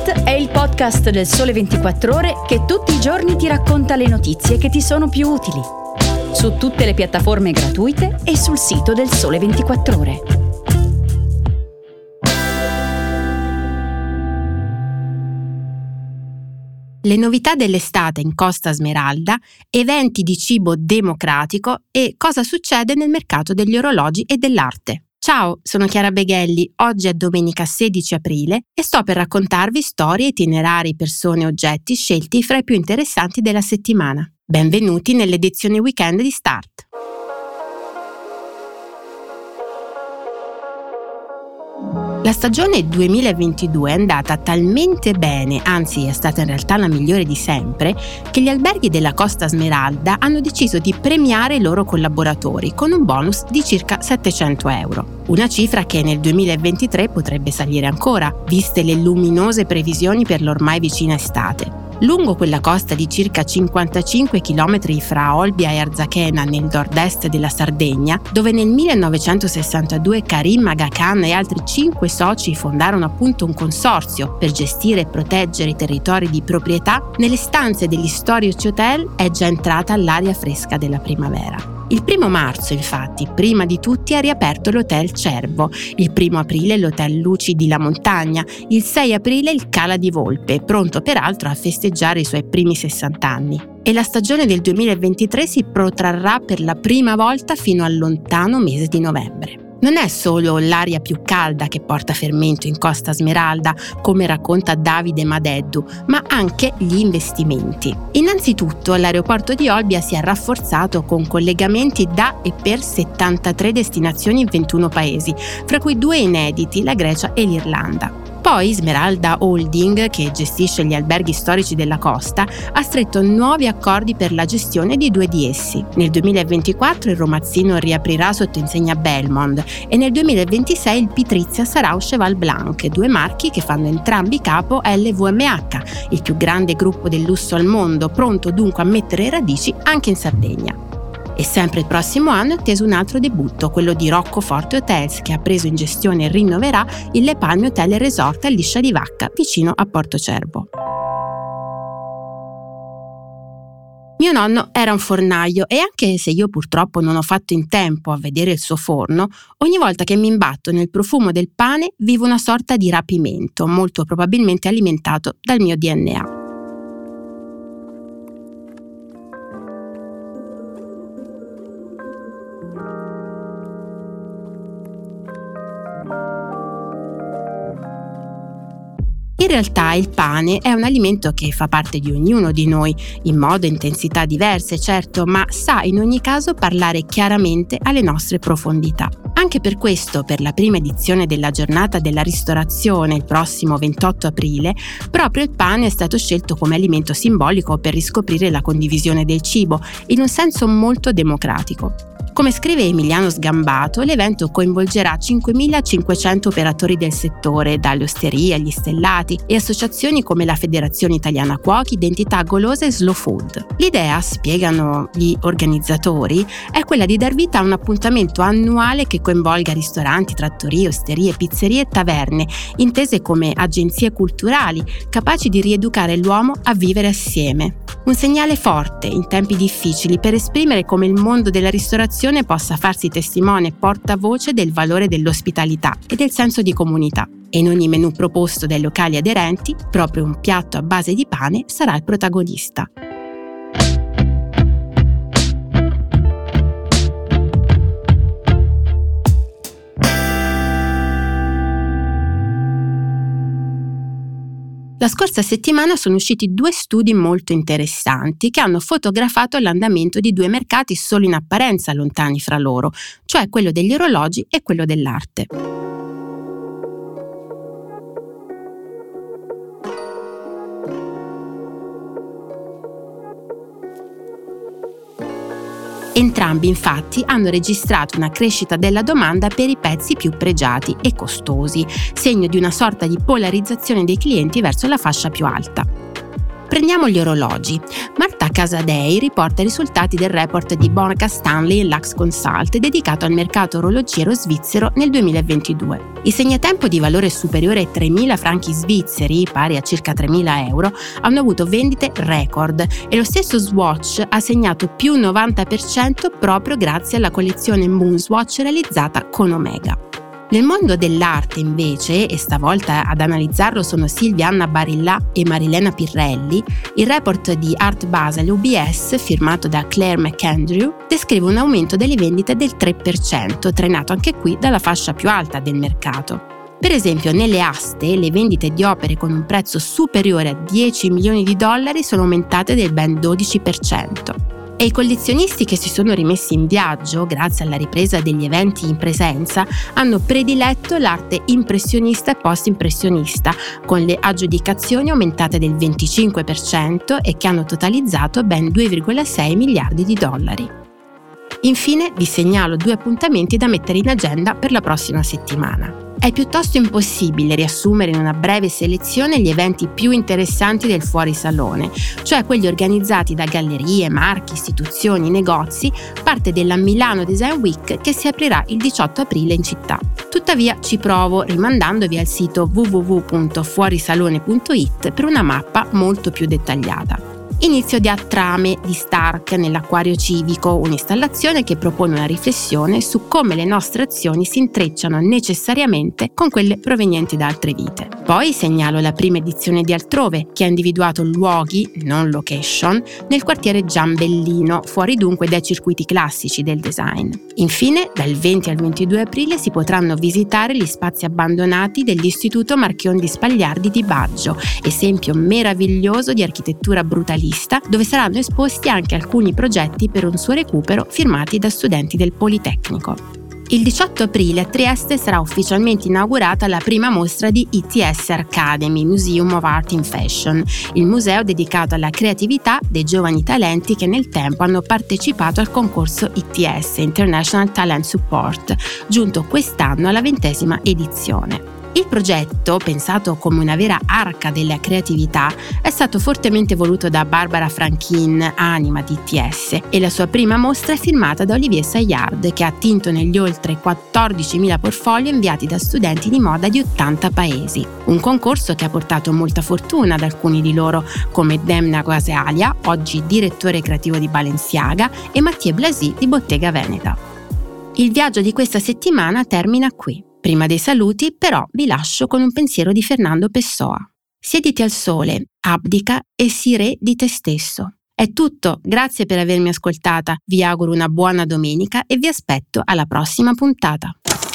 Start è il podcast del Sole 24 Ore che tutti i giorni ti racconta le notizie che ti sono più utili. Su tutte le piattaforme gratuite e sul sito del Sole 24 Ore. Le novità dell'estate in Costa Smeralda, eventi di cibo democratico e cosa succede nel mercato degli orologi e dell'arte. Ciao, sono Chiara Beghelli, oggi è domenica 16 aprile e sto per raccontarvi storie, itinerari, persone e oggetti scelti fra i più interessanti della settimana. Benvenuti nell'edizione weekend di Start. La stagione 2022 è andata talmente bene, anzi è stata in realtà la migliore di sempre, che gli alberghi della Costa Smeralda hanno deciso di premiare i loro collaboratori con un bonus di circa 700 euro. Una cifra che nel 2023 potrebbe salire ancora, viste le luminose previsioni per l'ormai vicina estate. Lungo quella costa di circa 55 km fra Olbia e Arzachena nel nord-est della Sardegna, dove nel 1962 Karim Aga Khan e altri 5 soci fondarono appunto un consorzio per gestire e proteggere i territori di proprietà, nelle stanze degli storici hotel è già entrata l'aria fresca della primavera. Il 1 marzo, infatti, prima di tutti ha riaperto l'Hotel Cervo, il 1 aprile l'Hotel Luci di La Montagna, il 6 aprile il Cala di Volpe, pronto peraltro a festeggiare i suoi primi 60 anni. E la stagione del 2023 si protrarrà per la prima volta fino al lontano mese di novembre. Non è solo l'aria più calda che porta fermento in Costa Smeralda, come racconta Davide Madeddu, ma anche gli investimenti. Innanzitutto, l'aeroporto di Olbia si è rafforzato con collegamenti da e per 73 destinazioni in 21 paesi, fra cui 2 inediti, la Grecia e l'Irlanda. Poi Smeralda Holding, che gestisce gli alberghi storici della costa, ha stretto nuovi accordi per la gestione di 2 di essi. Nel 2024 il Romazzino riaprirà sotto insegna Belmond e nel 2026 il Pitrizia sarà Cheval Blanc, 2 marchi che fanno entrambi capo a LVMH, il più grande gruppo del lusso al mondo, pronto dunque a mettere radici anche in Sardegna. E sempre il prossimo anno è atteso un altro debutto, quello di Roccoforte Hotels, che ha preso in gestione e rinnoverà il Le Palme Hotel e Resort a Liscia di Vacca, vicino a Porto Cervo. Mio nonno era un fornaio e anche se io purtroppo non ho fatto in tempo a vedere il suo forno, ogni volta che mi imbatto nel profumo del pane vivo una sorta di rapimento, molto probabilmente alimentato dal mio DNA. In realtà il pane è un alimento che fa parte di ognuno di noi, in modo e intensità diverse, certo, ma sa in ogni caso parlare chiaramente alle nostre profondità. Anche per questo, per la prima edizione della Giornata della Ristorazione, il prossimo 28 aprile, proprio il pane è stato scelto come alimento simbolico per riscoprire la condivisione del cibo, in un senso molto democratico. Come scrive Emiliano Sgambato, l'evento coinvolgerà 5.500 operatori del settore, dalle osterie agli stellati e associazioni come la Federazione Italiana Cuochi, Identità Golosa e Slow Food. L'idea, spiegano gli organizzatori, è quella di dar vita a un appuntamento annuale che coinvolga ristoranti, trattorie, osterie, pizzerie e taverne, intese come agenzie culturali, capaci di rieducare l'uomo a vivere assieme. Un segnale forte in tempi difficili per esprimere come il mondo della ristorazione possa farsi testimone e portavoce del valore dell'ospitalità e del senso di comunità. E in ogni menù proposto dai locali aderenti, proprio un piatto a base di pane sarà il protagonista. La scorsa settimana sono usciti 2 studi molto interessanti che hanno fotografato l'andamento di 2 mercati solo in apparenza lontani fra loro, cioè quello degli orologi e quello dell'arte. Entrambi infatti hanno registrato una crescita della domanda per i pezzi più pregiati e costosi, segno di una sorta di polarizzazione dei clienti verso la fascia più alta. Prendiamo gli orologi. Marta Casadei riporta i risultati del report di Borca Stanley Lux Consult dedicato al mercato orologiero svizzero nel 2022. I segnatempo di valore superiore ai 3.000 franchi svizzeri, pari a circa 3.000 euro, hanno avuto vendite record e lo stesso Swatch ha segnato più 90% proprio grazie alla collezione Moonswatch realizzata con Omega. Nel mondo dell'arte invece, e stavolta ad analizzarlo sono Silvia Anna Barillà e Marilena Pirrelli, il report di Art Basel UBS, firmato da Claire McAndrew, descrive un aumento delle vendite del 3%, trainato anche qui dalla fascia più alta del mercato. Per esempio, nelle aste, le vendite di opere con un prezzo superiore a $10 milioni sono aumentate del ben 12%. E i collezionisti che si sono rimessi in viaggio, grazie alla ripresa degli eventi in presenza, hanno prediletto l'arte impressionista e post-impressionista, con le aggiudicazioni aumentate del 25% e che hanno totalizzato ben $2,6 miliardi. Infine, vi segnalo 2 appuntamenti da mettere in agenda per la prossima settimana. È piuttosto impossibile riassumere in una breve selezione gli eventi più interessanti del fuorisalone, cioè quelli organizzati da gallerie, marchi, istituzioni, negozi, parte della Milano Design Week che si aprirà il 18 aprile in città. Tuttavia ci provo rimandandovi al sito www.fuorisalone.it per una mappa molto più dettagliata. Inizio di Attrame di Stark nell'Acquario Civico, un'installazione che propone una riflessione su come le nostre azioni si intrecciano necessariamente con quelle provenienti da altre vite. Poi segnalo la prima edizione di Altrove, che ha individuato luoghi, non location, nel quartiere Giambellino, fuori dunque dai circuiti classici del design. Infine, dal 20 al 22 aprile si potranno visitare gli spazi abbandonati dell'Istituto Marchion di Spagliardi di Baggio, esempio meraviglioso di architettura brutalista, dove saranno esposti anche alcuni progetti per un suo recupero firmati da studenti del Politecnico. Il 18 aprile a Trieste sarà ufficialmente inaugurata la prima mostra di ITS Academy, Museum of Art in Fashion, il museo dedicato alla creatività dei giovani talenti che nel tempo hanno partecipato al concorso ITS, International Talent Support, giunto quest'anno alla 20ª edizione. Il progetto, pensato come una vera arca della creatività, è stato fortemente voluto da Barbara Franchin, anima di ITS, e la sua prima mostra è firmata da Olivier Saillard, che ha attinto negli oltre 14.000 portfolio inviati da studenti di moda di 80 paesi. Un concorso che ha portato molta fortuna ad alcuni di loro, come Demna Gvasalia, oggi direttore creativo di Balenciaga, e Mathieu Blasi di Bottega Veneta. Il viaggio di questa settimana termina qui. Prima dei saluti, però, vi lascio con un pensiero di Fernando Pessoa. Siediti al sole, abdica e sii re di te stesso. È tutto, grazie per avermi ascoltata, vi auguro una buona domenica e vi aspetto alla prossima puntata.